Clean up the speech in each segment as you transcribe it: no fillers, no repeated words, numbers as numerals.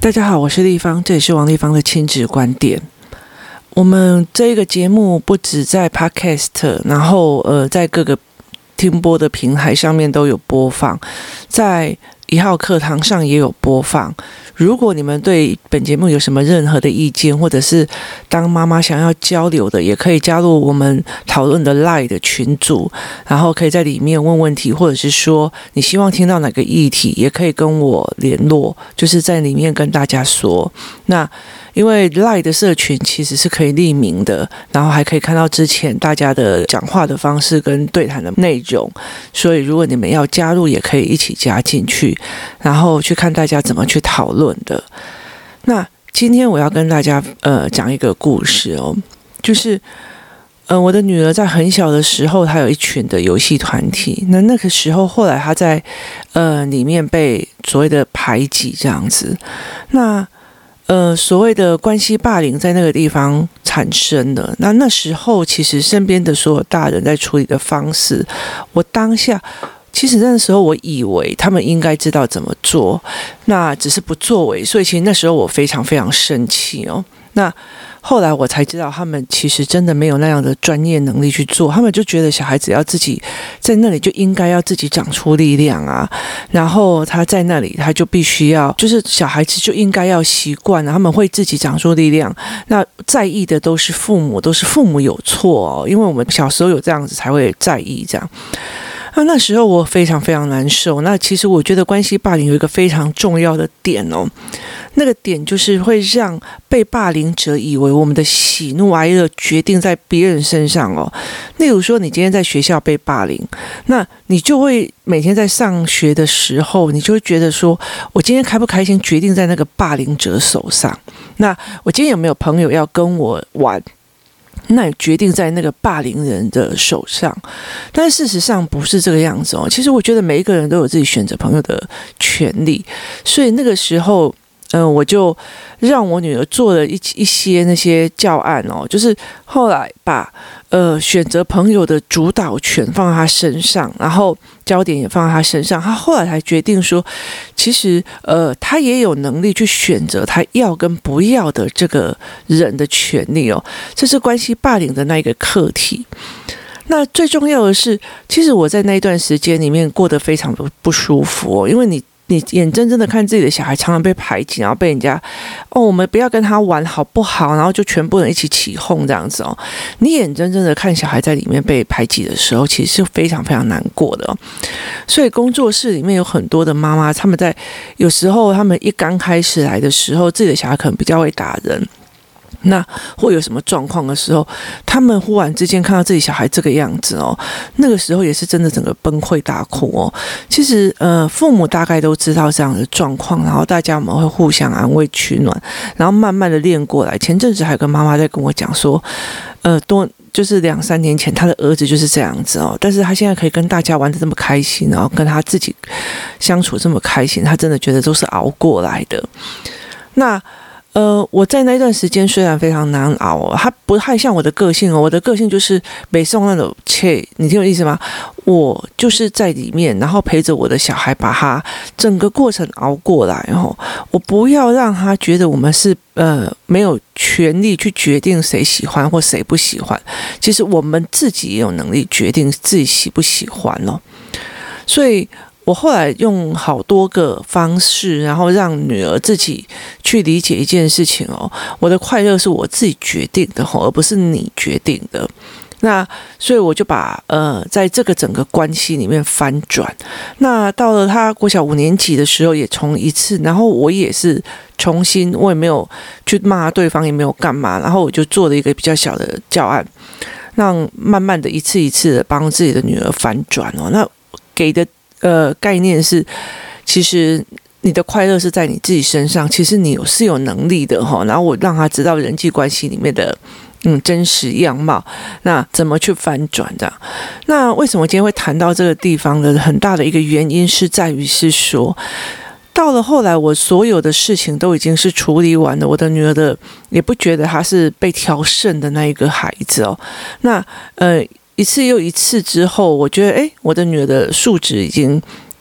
大家好，我是立方，这里是王立方的亲子观点。我们这个节目不止在 Podcast， 然后在各个听播的平台上面都有播放，在1号课堂上也有播放。如果你们对本节目有什么任何的意见，或者是当妈妈想要交流的，也可以加入我们讨论的 LINE 的群组，然后可以在里面问问题，或者是说你希望听到哪个议题，也可以跟我联络，就是在里面跟大家说。那因为 LINE 的社群其实是可以匿名的，然后还可以看到之前大家的讲话的方式跟对谈的内容，所以如果你们要加入，也可以一起加进去，然后去看大家怎么去讨论的。那今天我要跟大家讲一个故事哦，就是我的女儿在很小的时候，她有一群的游戏团体，那个时候后来她在里面被所谓的排挤这样子，那所谓的关系霸凌在那个地方产生的。那时候其实身边的所有大人在处理的方式，我当下其实那时候我以为他们应该知道怎么做，那只是不作为，所以其实那时候我非常非常生气哦。那后来我才知道，他们其实真的没有那样的专业能力去做，他们就觉得小孩子要自己在那里就应该要自己长出力量啊，然后他在那里他就必须要，就是小孩子就应该要习惯，他们会自己长出力量。那在意的都是父母有错哦，因为我们小时候有这样子才会在意这样。那时候我非常非常难受。那其实我觉得关系霸凌有一个非常重要的点哦，那个点就是会让被霸凌者以为我们的喜怒哀乐决定在别人身上哦。例如说，你今天在学校被霸凌，那你就会每天在上学的时候，你就会觉得说，我今天开不开心决定在那个霸凌者手上。那我今天有没有朋友要跟我玩？那也决定在那个霸凌人的手上，但事实上不是这个样子哦。其实我觉得每一个人都有自己选择朋友的权利，所以那个时候，我就让我女儿做了一些那些教案哦，就是后来把选择朋友的主导权放在她身上，然后焦点也放在她身上。她后来才决定说，其实她也有能力去选择她要跟不要的这个人的权利哦。这是关系霸凌的那一个课题。那最重要的是，其实我在那一段时间里面过得非常的不舒服哦，因为你眼睁睁的看自己的小孩常常被排挤，然后被人家我们不要跟他玩好不好，然后就全部人一起起哄这样子哦。你眼睁睁的看小孩在里面被排挤的时候，其实是非常非常难过的哦。所以工作室里面有很多的妈妈，他们在有时候他们一刚开始来的时候，自己的小孩可能比较会打人。那或有什么状况的时候，他们忽然之间看到自己小孩这个样子哦，那个时候也是真的整个崩溃大哭哦。其实父母大概都知道这样的状况，然后大家我们会互相安慰取暖，然后慢慢的练过来。前阵子还跟妈妈在跟我讲说，就是2-3年前他的儿子就是这样子哦，但是他现在可以跟大家玩得这么开心，然后跟他自己相处这么开心，他真的觉得都是熬过来的。那我在那段时间虽然非常难熬哦，它不太像我的个性哦。我的个性就是北宋那种切，你听我意思吗？我就是在里面，然后陪着我的小孩，把他整个过程熬过来哦。我不要让他觉得我们是没有权利去决定谁喜欢或谁不喜欢。其实我们自己也有能力决定自己喜不喜欢哦。所以我后来用好多个方式，然后让女儿自己去理解一件事情哦。我的快乐是我自己决定的而不是你决定的。那所以我就把在这个整个关系里面翻转。那到了他国小5年级的时候，也从一次，然后我也是重新，我也没有去骂对方，也没有干嘛，然后我就做了一个比较小的教案，让慢慢的一次一次的帮自己的女儿翻转哦。那给的概念是，其实你的快乐是在你自己身上，其实你是有能力的哈。然后我让他知道人际关系里面的真实样貌，那怎么去翻转这样。那为什么今天会谈到这个地方的很大的一个原因是在于是说，到了后来我所有的事情都已经是处理完了，我的女儿的也不觉得她是被挑剩的那一个孩子哦。那一次又一次之后，我觉得我的女儿的素质已经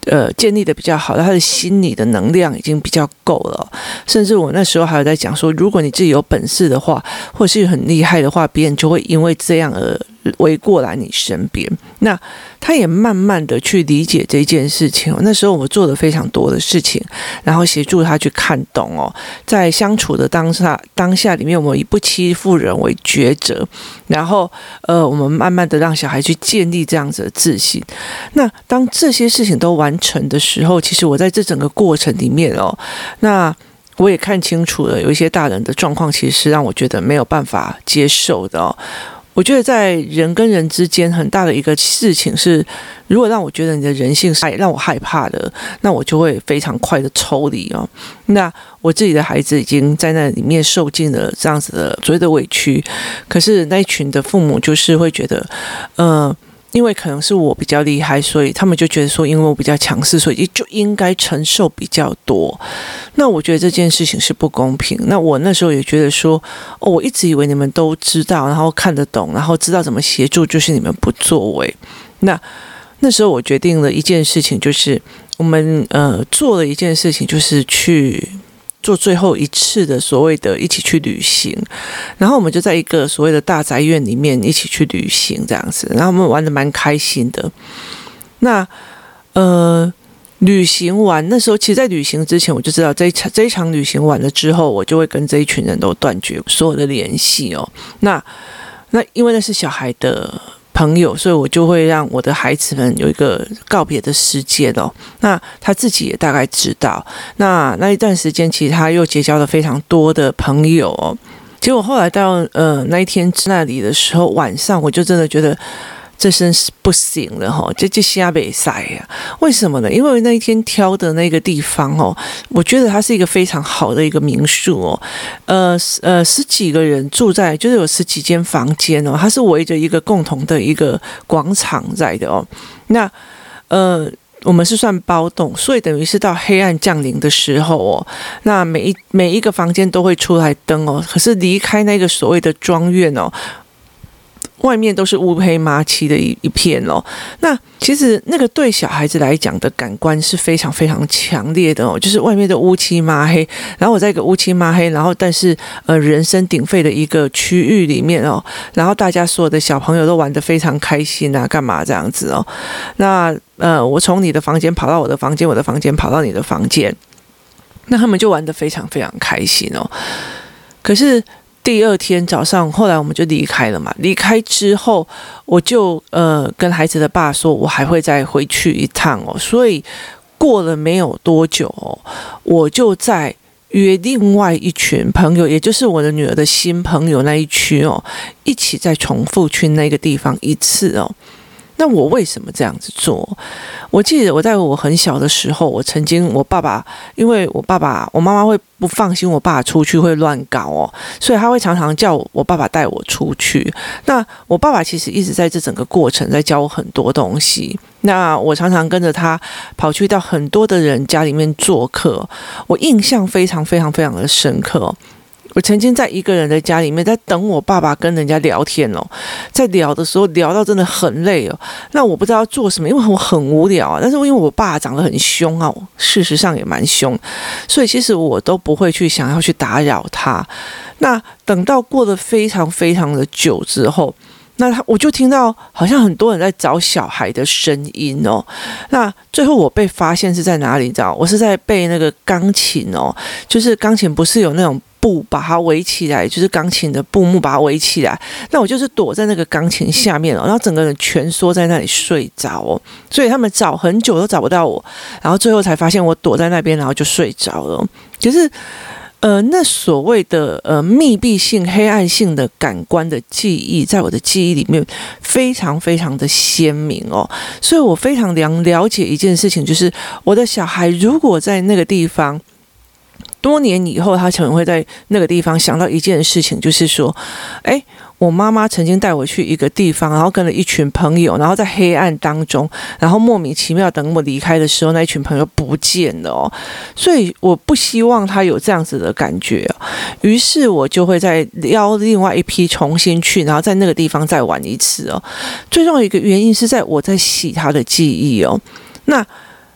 建立的比较好，他的心理的能量已经比较够了。甚至我那时候还有在讲说，如果你自己有本事的话，或是很厉害的话，别人就会因为这样而围过来你身边。那他也慢慢的去理解这件事情。那时候我做了非常多的事情，然后协助他去看懂在相处的当下里面，我们以不欺负人为原则，然后我们慢慢的让小孩去建立这样子的自信。那当这些事情都完成的时候，其实我在这整个过程里面那我也看清楚了，有一些大人的状况其实是让我觉得没有办法接受的我觉得在人跟人之间很大的一个事情是，如果让我觉得你的人性是让我害怕的，那我就会非常快的抽离那我自己的孩子已经在那里面受尽了这样子的所谓的委屈，可是那一群的父母就是会觉得因为可能是我比较厉害，所以他们就觉得说，因为我比较强势，所以就应该承受比较多。那我觉得这件事情是不公平。那我那时候也觉得说，我一直以为你们都知道，然后看得懂，然后知道怎么协助，就是你们不作为。那时候我决定了一件事情，就是我们做了一件事情，就是去做最后一次的所谓的一起去旅行，然后我们就在一个所谓的大宅院里面一起去旅行这样子，然后我们玩得蛮开心的。那旅行完那时候，其实在旅行之前我就知道这一场旅行完了之后，我就会跟这一群人都断绝所有的联系那因为那是小孩的朋友，所以我就会让我的孩子们有一个告别的时间那他自己也大概知道，那一段时间其实他又结交了非常多的朋友结果后来到那一天那里的时候，晚上我就真的觉得这真是不行了这下北塞呀！为什么呢？因为那一天挑的那个地方我觉得它是一个非常好的一个民宿十几个人住在，就是有十几间房间它是围着一个共同的一个广场在的那我们是算包栋，所以等于是到黑暗降临的时候那每一个房间都会出来灯可是离开那个所谓的庄院外面都是乌黑麻漆的一片那其实那个对小孩子来讲的感官是非常非常强烈的就是外面的乌漆麻黑，然后我在一个乌漆麻黑，然后但是人声鼎沸的一个区域里面然后大家所有的小朋友都玩得非常开心干嘛这样子那我从你的房间跑到我的房间，我的房间跑到你的房间，那他们就玩得非常非常开心可是第二天早上，后来我们就离开了嘛。离开之后，我就跟孩子的爸说，我还会再回去一趟所以过了没有多久我就在约另外一群朋友，也就是我的女儿的新朋友那一区一起再重复去那个地方一次那我为什么这样子做？我记得我在我很小的时候，我爸爸，因为我妈妈会不放心我爸出去会乱搞所以他会常常叫我爸爸带我出去。那我爸爸其实一直在这整个过程在教我很多东西。那我常常跟着他跑去到很多的人家里面做客，我印象非常非常非常的深刻我曾经在一个人的家里面，在等我爸爸跟人家聊天在聊的时候聊到真的很累那我不知道做什么，因为我很无聊但是因为我爸长得很凶事实上也蛮凶，所以其实我都不会去想要去打扰他。那等到过了非常非常的久之后，我就听到好像很多人在找小孩的声音那最后我被发现是在哪里？你知道，我是在背那个钢琴就是钢琴不是有那种布把它围起来，就是钢琴的布幕把它围起来，那我就是躲在那个钢琴下面然后整个人蜷缩在那里睡着所以他们找很久都找不到我，然后最后才发现我躲在那边，然后就睡着了。就是那所谓的密闭性、黑暗性的感官的记忆，在我的记忆里面非常非常的鲜明所以我非常了解一件事情，就是我的小孩如果在那个地方多年以后，他可能会在那个地方想到一件事情，就是说我妈妈曾经带我去一个地方，然后跟了一群朋友，然后在黑暗当中，然后莫名其妙等我离开的时候，那一群朋友不见了所以我不希望他有这样子的感觉于是我就会再邀另外一批重新去，然后在那个地方再玩一次最重要的一个原因是在我在洗他的记忆那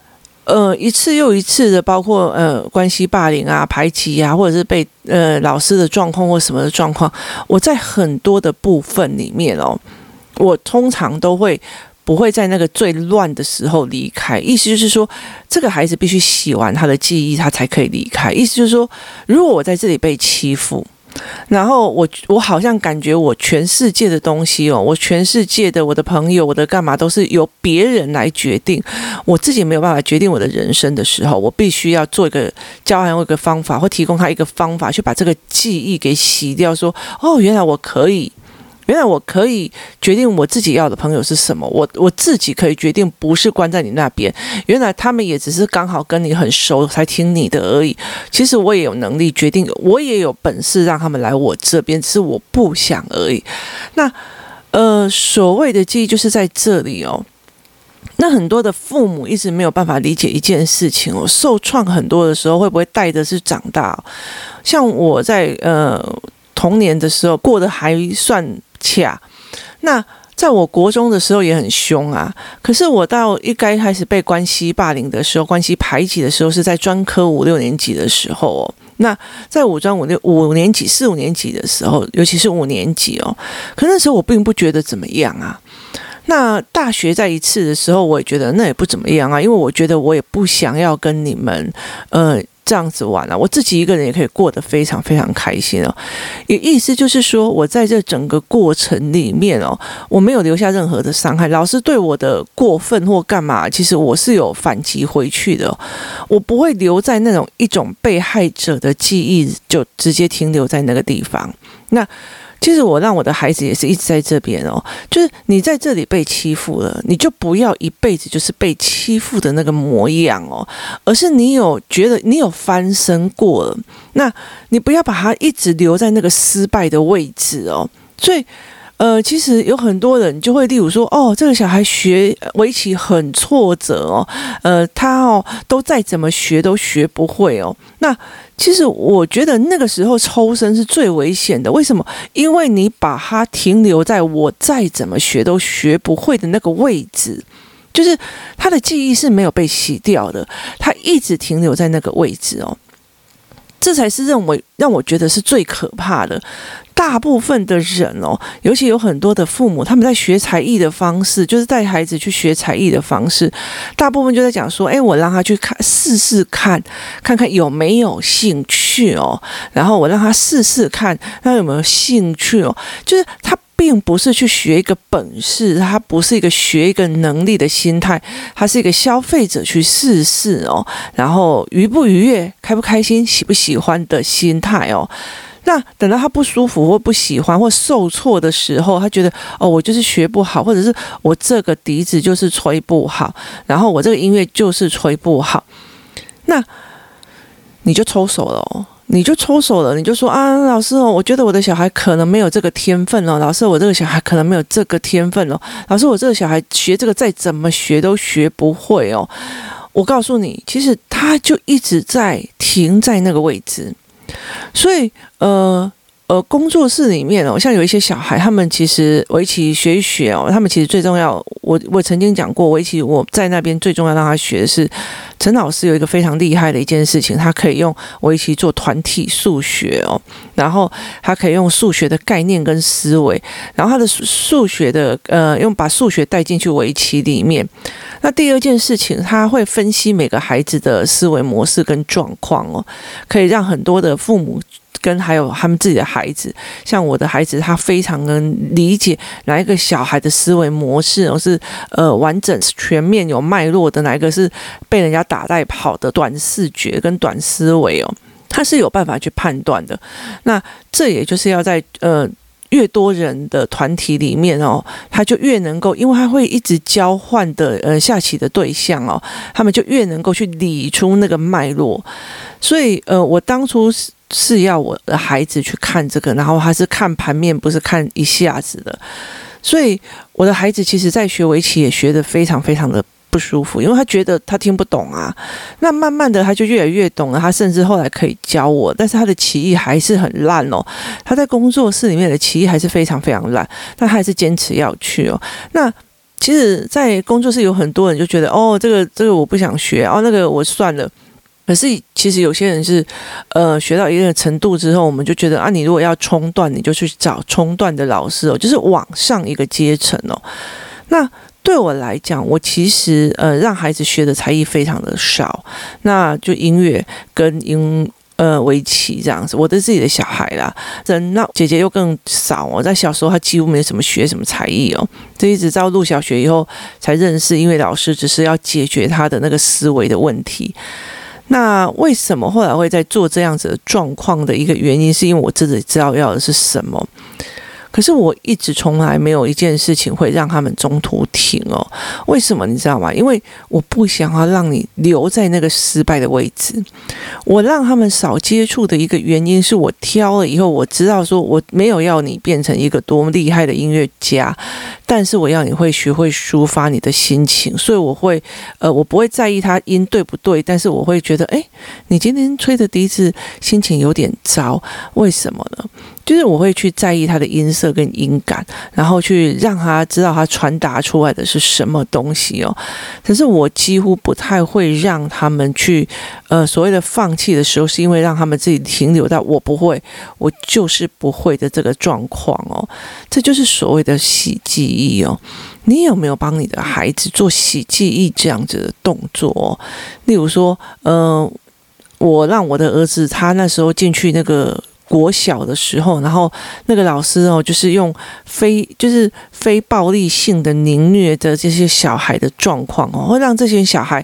一次又一次的，包括关系霸凌啊、排挤啊，或者是被老师的状况或什么的状况，我在很多的部分里面哦，我通常都不会在那个最乱的时候离开。意思就是说，这个孩子必须洗完他的记忆，他才可以离开。意思就是说，如果我在这里被欺负，然后我好像感觉我全世界的东西哦，我全世界的我的朋友，我的干嘛都是由别人来决定，我自己没有办法决定我的人生的时候，我必须要做一个教他一个方法，或提供他一个方法，去把这个记忆给洗掉。说哦，原来我可以决定我自己要的朋友是什么，我自己可以决定，不是关在你那边。原来他们也只是刚好跟你很熟才听你的而已。其实我也有能力决定，我也有本事让他们来我这边，只是我不想而已。那所谓的记忆就是在这里哦。那很多的父母一直没有办法理解一件事情哦，受创很多的时候会不会带的是长大哦？像我在童年的时候过得还算恰，那在我国中的时候也很凶啊。可是我到开始被关系霸凌的时候，关系排挤的时候，是在专科5、6年级的时候哦。那在五专5年级、4、5年级的时候，尤其是5年级哦，可那时候我并不觉得怎么样啊。那大学在一次的时候，我也觉得那也不怎么样啊，因为我觉得我也不想要跟你们这样子玩啊，我自己一个人也可以过得非常非常开心哦。也意思就是说，我在这整个过程里面哦，我没有留下任何的伤害。老师对我的过分或干嘛，其实我是有反击回去的哦，我不会留在那种一种被害者的记忆，就直接停留在那个地方。那其实我让我的孩子也是一直在这边哦，就是你在这里被欺负了，你就不要一辈子就是被欺负的那个模样哦，而是你有觉得你有翻身过了，那你不要把它一直留在那个失败的位置哦。所以其实有很多人就会例如说，哦，这个小孩学围棋很挫折哦，他都再怎么学都学不会哦。那其实我觉得那个时候抽身是最危险的。为什么？因为你把它停留在我再怎么学都学不会的那个位置，就是他的记忆是没有被洗掉的，他一直停留在那个位置哦。这才是让我觉得是最可怕的。大部分的人哦，尤其有很多的父母，他们在学才艺的方式，就是带孩子去学才艺的方式，大部分就在讲说，我让他去试试看看有没有兴趣哦，然后我让他试试看他有没有兴趣哦，就是他并不是去学一个本事，他不是一个学一个能力的心态，他是一个消费者去试试哦，然后愉不愉悦、开不开心、喜不喜欢的心态哦。那等到他不舒服或不喜欢或受挫的时候，他觉得我就是学不好，或者是我这个笛子就是吹不好，然后我这个音乐就是吹不好，那你就抽手了哦。你就说啊，老师哦，我觉得我的小孩可能没有这个天分哦，老师，我这个小孩可能没有这个天分哦，老师，我这个小孩学这个再怎么学都学不会哦。我告诉你，其实他就一直在停在那个位置，所以工作室里面哦，像有一些小孩，他们其实围棋学一学哦，他们其实最重要，我曾经讲过，围棋我在那边最重要让他学的是，陈老师有一个非常厉害的一件事情，他可以用围棋做团体数学哦，然后他可以用数学的概念跟思维，然后他的数学的把数学带进去围棋里面。那第二件事情，他会分析每个孩子的思维模式跟状况哦，可以让很多的父母跟还有他们自己的孩子，像我的孩子，他非常能理解哪一个小孩的思维模式是完整全面有脉络的，哪一个是被人家打带跑的短视觉跟短思维哦，他是有办法去判断的。那这也就是要在越多人的团体里面哦，他就越能够，因为他会一直交换的下棋的对象哦，他们就越能够去理出那个脉络。所以我当初是要我的孩子去看这个，然后他是看盘面，不是看一下子的。所以我的孩子其实在学围棋也学得非常非常的不舒服，因为他觉得他听不懂啊。那慢慢的他就越来越懂了，他甚至后来可以教我，但是他的棋艺还是很烂哦。他在工作室里面的棋艺还是非常非常烂，但他还是坚持要去哦。那其实，在工作室有很多人就觉得，这个我不想学，那个我算了。可是其实有些人是，学到一定的程度之后，我们就觉得你如果要冲段，你就去找冲段的老师就是往上一个阶层那对我来讲，我其实让孩子学的才艺非常的少，那就音乐跟围棋这样子，我的自己的小孩啦，那姐姐又更少在小时候她几乎没什么学什么才艺这一直到入小学以后才认识音乐老师，只是要解决他的那个思维的问题。那为什么后来会在做这样子的状况的一个原因，是因为我自己知道要的是什么。可是我一直从来没有一件事情会让他们中途停为什么你知道吗？因为我不想要让你留在那个失败的位置。我让他们少接触的一个原因是我挑了以后，我知道说我没有要你变成一个多么厉害的音乐家，但是我要你会学会抒发你的心情，所以我不会在意他音对不对，但是我会觉得你今天吹的笛子心情有点糟，为什么呢？就是我会去在意他的音色跟音感，然后去让他知道他传达出来的是什么东西可是我几乎不太会让他们去所谓的放弃的时候，是因为让他们自己停留到我不会，我就是不会的这个状况这就是所谓的洗记忆你有没有帮你的孩子做洗记忆这样子的动作例如说我让我的儿子他那时候进去那个国小的时候，然后那个老师就是用非暴力性的凌虐的这些小孩的状况会让这些小孩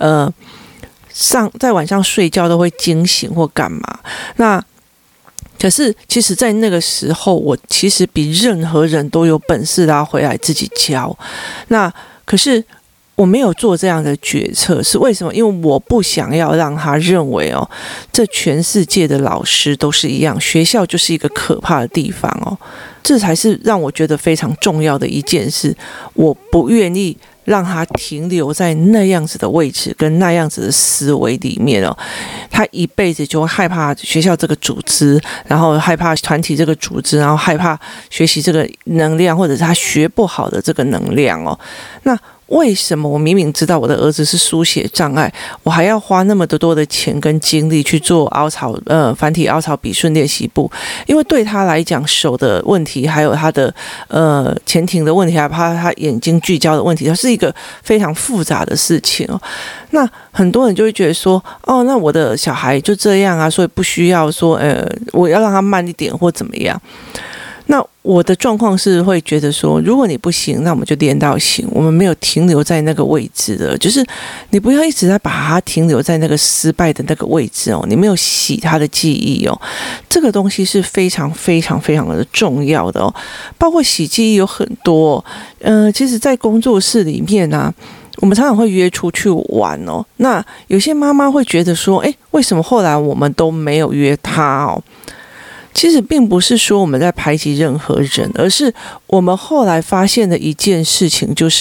在晚上睡觉都会惊醒或干嘛。那可是其实在那个时候，我其实比任何人都有本事拉回来自己教。那可是我没有做这样的决策，是为什么？因为我不想要让他认为这全世界的老师都是一样，学校就是一个可怕的地方这才是让我觉得非常重要的一件事。我不愿意让他停留在那样子的位置跟那样子的思维里面他一辈子就会害怕学校这个组织，然后害怕团体这个组织，然后害怕学习这个能量，或者是他学不好的这个能量那为什么我明明知道我的儿子是书写障碍，我还要花那么多的钱跟精力去做繁体凹槽笔顺练习簿？因为对他来讲，手的问题，还有他的前庭的问题，还怕他眼睛聚焦的问题，它是一个非常复杂的事情那很多人就会觉得说，那我的小孩就这样啊，所以不需要说我要让他慢一点或怎么样。那我的状况是会觉得说，如果你不行，那我们就练到行，我们没有停留在那个位置的，就是你不要一直在把它停留在那个失败的那个位置你没有洗他的记忆这个东西是非常非常非常的重要的包括洗记忆有很多其实在工作室里面我们常常会约出去玩那有些妈妈会觉得说，为什么后来我们都没有约他其实并不是说我们在排挤任何人，而是我们后来发现的一件事情就是，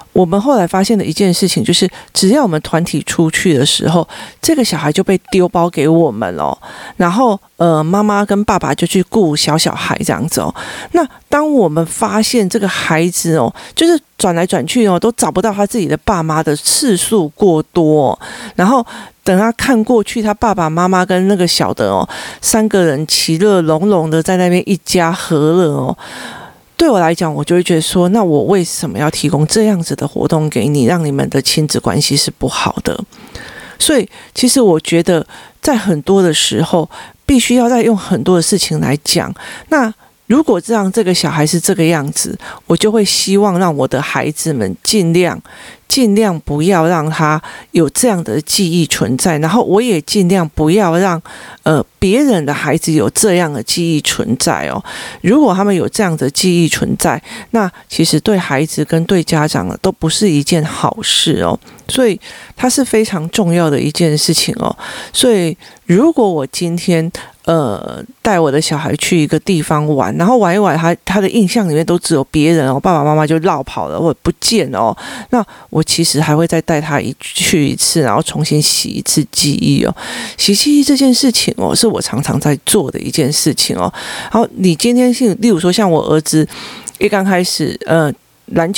只要我们团体出去的时候，这个小孩就被丢包给我们然后妈妈跟爸爸就去顾小孩这样子那当我们发现这个孩子就是转来转去都找不到他自己的爸妈的次数过多然后等他看过去，他爸爸妈妈跟那个小的3个人其乐融融的在那边一家和乐对我来讲，我就会觉得说，那我为什么要提供这样子的活动给你，让你们的亲子关系是不好的？所以其实我觉得在很多的时候必须要再用很多的事情来讲。那如果这个小孩是这个样子，我就会希望让我的孩子们尽量不要让他有这样的记忆存在，然后我也尽量不要让别人的孩子有这样的记忆存在如果他们有这样的记忆存在，那其实对孩子跟对家长都不是一件好事所以它是非常重要的一件事情所以如果我今天带我的小孩去一个地方玩，然后玩一玩，他的印象里面都只有别人爸爸妈妈就落跑了或者不见那我其实还会再带他去一次，然后重新洗一次记忆洗记忆这件事情是我常常在做的一件事情然后你今天例如说像我儿子一刚开始篮球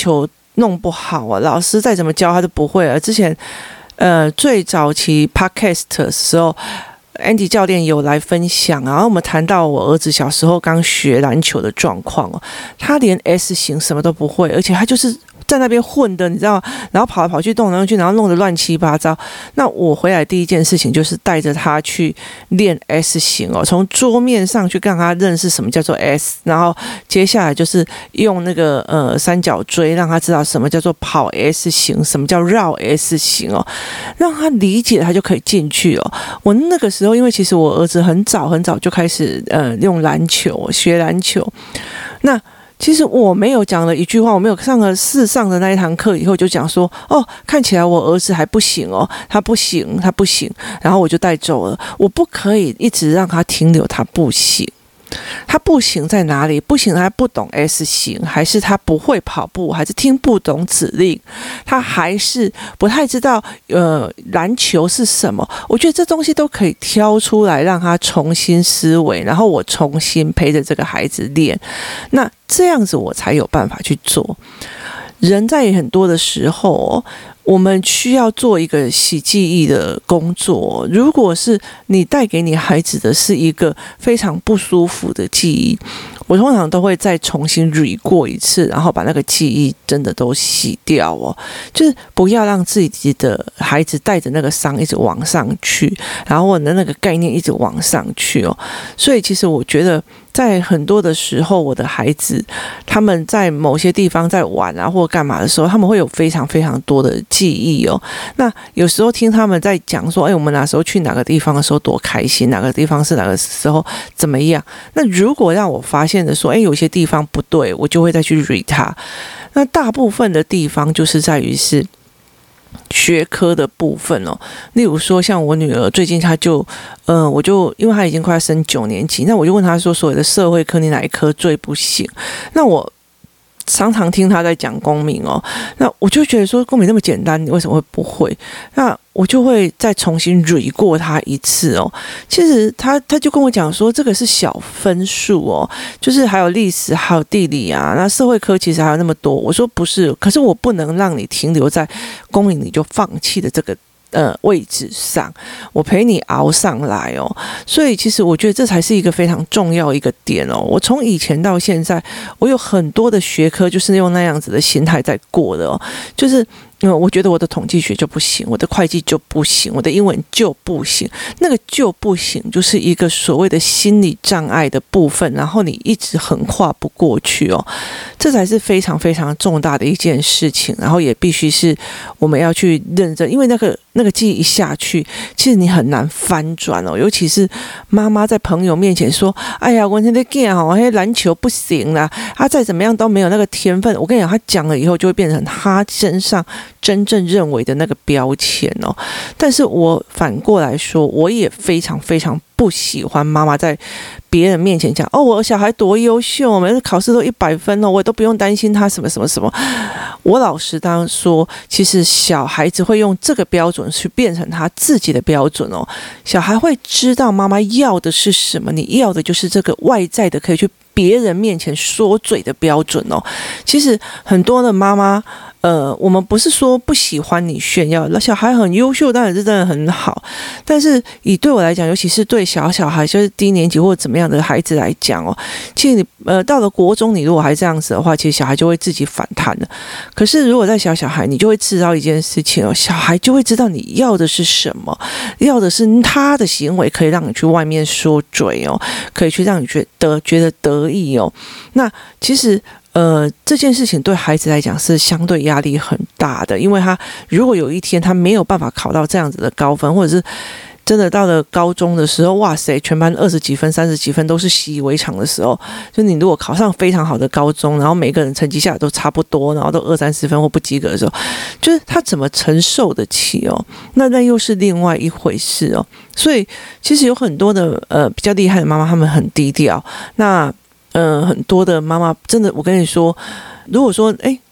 弄不好啊，老师再怎么教他都不会啊。之前最早期 podcast 的时候，Andy 教练有来分享啊，然后我们谈到我儿子小时候刚学篮球的状况哦，他连 S 型什么都不会，而且他就是在那边混的，你知道吗？然后跑来跑去，动来动去，然后弄得乱七八糟。那我回来第一件事情就是带着他去练 S 型哦，从桌面上去让他认识什么叫做 S， 然后接下来就是用那个三角锥让他知道什么叫做跑 S 型，什么叫绕 S 型哦，让他理解他就可以进去哦。我那个时候因为其实我儿子很早就开始用篮球学篮球，那其实我没有讲了一句话，我没有上的那一堂课以后就讲说，哦，看起来我儿子还不行哦，他不行，然后我就带走了。我不可以一直让他停留，他不行。他不行在哪里？不行，他不懂 S 型，还是他不会跑步，还是听不懂指令，他还是不太知道篮球是什么？我觉得这东西都可以挑出来，让他重新思维，然后我重新陪着这个孩子练。那这样子我才有办法去做。人在很多的时候我们需要做一个洗记忆的工作。如果是你带给你孩子的是一个非常不舒服的记忆，我通常都会再重新 re 过一次，然后把那个记忆真的都洗掉哦。就是不要让自己的孩子带着那个伤一直往上去，然后我的那个概念一直往上去哦。所以其实我觉得在很多的时候，我的孩子他们在某些地方在玩啊或干嘛的时候，他们会有非常非常多的记忆哦。那有时候听他们在讲说，我们哪时候去哪个地方的时候多开心，哪个地方是哪个时候怎么样。那如果让我发现的说，有些地方不对，我就会再去 read 它。那大部分的地方就是在于是学科的部分哦，例如说像我女儿最近她就我就因为她已经快要升9年级，那我就问她说，所有的社会科你哪一科最不行？那我常常听她在讲公民哦，那我就觉得说公民那么简单，你为什么会不会？那我就会再重新捋过他一次哦。其实他就跟我讲说，这个是小分数哦，就是还有历史还有地理啊，那社会科其实还有那么多。我说不是，可是我不能让你停留在公民你就放弃的这个位置上，我陪你熬上来哦。所以其实我觉得这才是一个非常重要一个点哦。我从以前到现在，我有很多的学科就是用那样子的心态在过的哦，就是我觉得我的统计学就不行，我的会计就不行，我的英文就不行，那个就不行就是一个所谓的心理障碍的部分，然后你一直横跨不过去哦，这才是非常非常重大的一件事情，然后也必须是我们要去认真，因为那个记忆一下去，其实你很难翻转哦，尤其是妈妈在朋友面前说，哎呀，我现在囝哦，篮球不行啦，他再怎么样都没有那个天分。我跟你讲，他讲了以后就会变成他身上真正认为的那个标签哦。但是我反过来说，我也非常非常不喜欢妈妈在别人面前讲，我小孩多优秀，每次考试都100分哦，我也都不用担心他什么什么什么。我老实当然说，其实小孩子会用这个标准去变成他自己的标准哦。小孩会知道妈妈要的是什么，你要的就是这个外在的可以去别人面前说嘴的标准哦。其实很多的妈妈我们不是说不喜欢你炫耀，小孩很优秀当然是真的很好，但是对我来讲，尤其是对小孩就是低年级或者怎么样的孩子来讲哦，其实你到了国中，你如果还这样子的话，其实小孩就会自己反弹了。可是如果在小孩，你就会知道一件事情哦，小孩就会知道你要的是什么，要的是他的行为可以让你去外面说嘴哦，可以去让你觉得得意哦。那其实这件事情对孩子来讲是相对压力很大的，因为他如果有一天他没有办法考到这样子的高分，或者是真的到了高中的时候，哇塞，全班20几分、30几分都是习以为常的时候，就你如果考上非常好的高中，然后每个人成绩下来都差不多，然后都20-30分或不及格的时候，就是他怎么承受得起哦？那又是另外一回事哦。所以其实有很多的比较厉害的妈妈，她们很低调。那很多的妈妈真的，我跟你说，如果说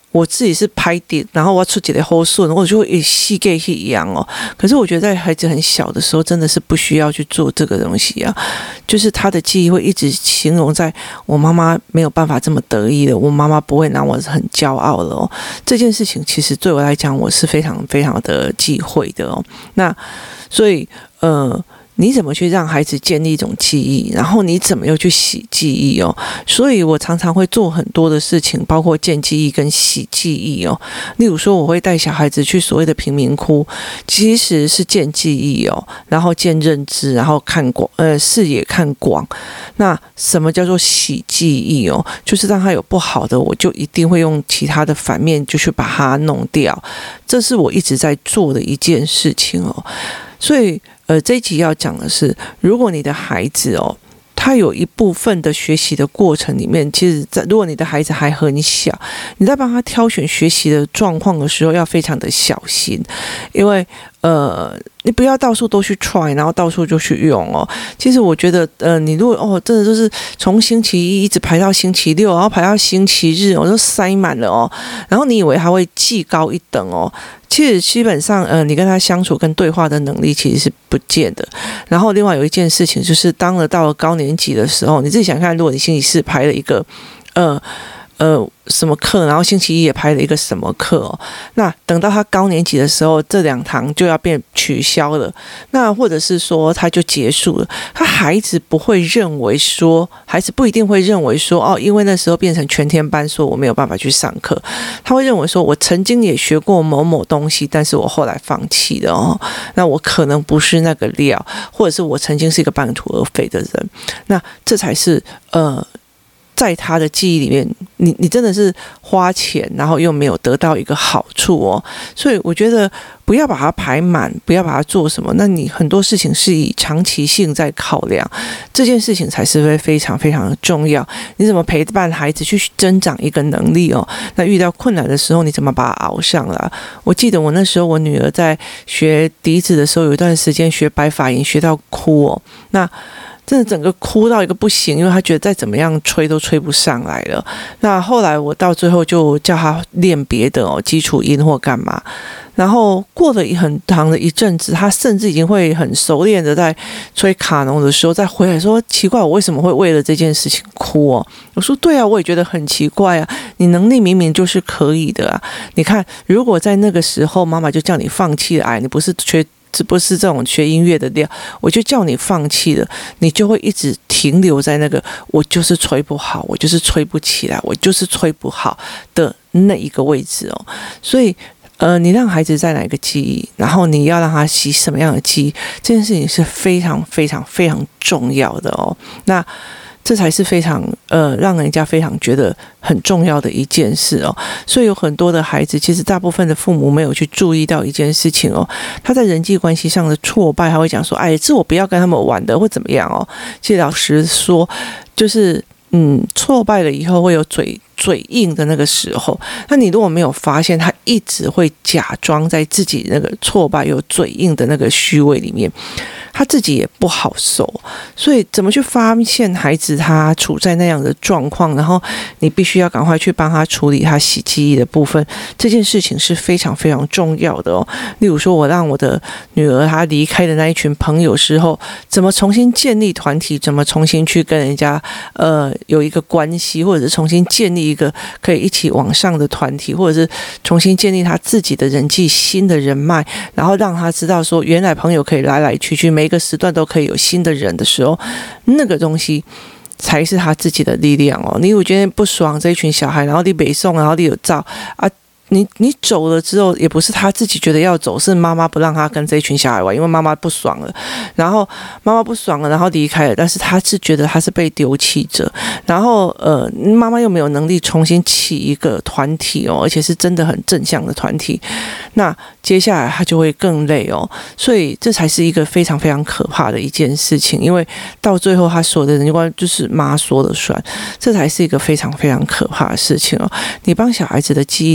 我自己是拍点，然后我要出几个后顺，我就会细给一样哦。可是我觉得在孩子很小的时候，真的是不需要去做这个东西啊。就是他的记忆会一直形容在我妈妈没有办法这么得意的，我妈妈不会拿我很骄傲了哦。这件事情其实对我来讲，我是非常非常的忌讳的哦。那所以你怎么去让孩子建立一种记忆，然后你怎么又去洗记忆哦？所以我常常会做很多的事情，包括建记忆跟洗记忆哦。例如说，我会带小孩子去所谓的贫民窟，其实是建记忆哦，然后建认知，然后看广，视野看广。那什么叫做洗记忆哦？就是让他有不好的，我就一定会用其他的反面就去把它弄掉。这是我一直在做的一件事情哦。所以这一集要讲的是，如果你的孩子哦，他有一部分的学习的过程里面，其实如果你的孩子还很小，你在帮他挑选学习的状况的时候，要非常的小心，因为你不要到处都去 try， 然后到处就去用哦。其实我觉得，你如果真的就是从星期一一直排到星期六，然后排到星期日，我都塞满了哦。然后你以为他会技高一等哦，其实基本上，你跟他相处跟对话的能力其实是不见的。然后另外有一件事情就是，到了高年级的时候，你自己想看，如果你星期四排了一个，什么课，然后星期一也排了一个什么课哦，那等到他高年级的时候，这2堂就要变取消了，那或者是说他就结束了，孩子不一定会认为说因为那时候变成全天班，说我没有办法去上课，他会认为说我曾经也学过某某东西，但是我后来放弃了哦，那我可能不是那个料，或者是我曾经是一个半途而废的人，那这才是在他的记忆里面，你真的是花钱，然后又没有得到一个好处哦，所以我觉得不要把它排满，不要把它做什么，那你很多事情是以长期性在考量，这件事情才是会非常非常的重要。你怎么陪伴孩子去增长一个能力哦？那遇到困难的时候，你怎么把它熬上来？我记得我那时候我女儿在学笛子的时候，有一段时间学白发音学到哭哦，那真的整个哭到一个不行，因为他觉得再怎么样吹都吹不上来了。那后来我到最后就叫他练别的哦，基础音或干嘛。然后过了很长的一阵子，他甚至已经会很熟练的在吹卡农的时候再回来说，奇怪，我为什么会为了这件事情哭哦？我说对啊，我也觉得很奇怪啊，你能力明明就是可以的啊。你看，如果在那个时候妈妈就叫你放弃了，你不是这种学音乐的料，我就叫你放弃了，你就会一直停留在那个我就是吹不好，我就是吹不起来，我就是吹不好的那一个位置哦。所以你让孩子在哪一个记忆，然后你要让他习什么样的记忆，这件事情是非常非常非常重要的哦。那这才是非常让人家非常觉得很重要的一件事哦。所以有很多的孩子，其实大部分的父母没有去注意到一件事情哦，他在人际关系上的挫败，他会讲说，这我不要跟他们玩的，或怎么样哦。其实老实说，就是挫败了以后会有嘴硬的那个时候，那你如果没有发现，他一直会假装在自己那个挫败有嘴硬的那个虚伪里面，他自己也不好受。所以怎么去发现孩子他处在那样的状况，然后你必须要赶快去帮他处理他洗记忆的部分，这件事情是非常非常重要的哦。例如说，我让我的女儿她离开的那一群朋友之后，怎么重新建立团体，怎么重新去跟人家有一个关系，或者是重新建立一个可以一起往上的团体，或者是重新建立他自己的人际新的人脉，然后让他知道说原来朋友可以来来去去，每一个时段都可以有新的人的时候，那个东西才是他自己的力量哦。你如果觉得不爽这一群小孩，然后你北宋，然后你有照啊，你走了之后，也不是他自己觉得要走，是妈妈不让他跟这一群小孩玩，因为妈妈不爽了，然后妈妈不爽了，然后离开了，但是他是觉得他是被丢弃者，然后妈妈又没有能力重新起一个团体哦，而且是真的很正向的团体，那接下来他就会更累哦，所以这才是一个非常非常可怕的一件事情，因为到最后他所有的人际就是妈说了算，这才是一个非常非常可怕的事情哦。你帮小孩子的记忆停留在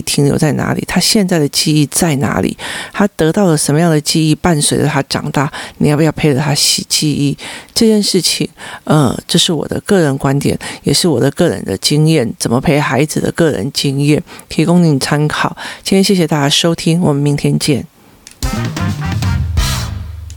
在哪里，他现在的记忆在哪里，他得到了什么样的记忆伴随着他长大，你要不要陪着他洗记忆这件事情，这是我的个人观点，也是我的个人的经验，怎么陪孩子的个人经验，提供您参考。今天谢谢大家收听，我们明天见。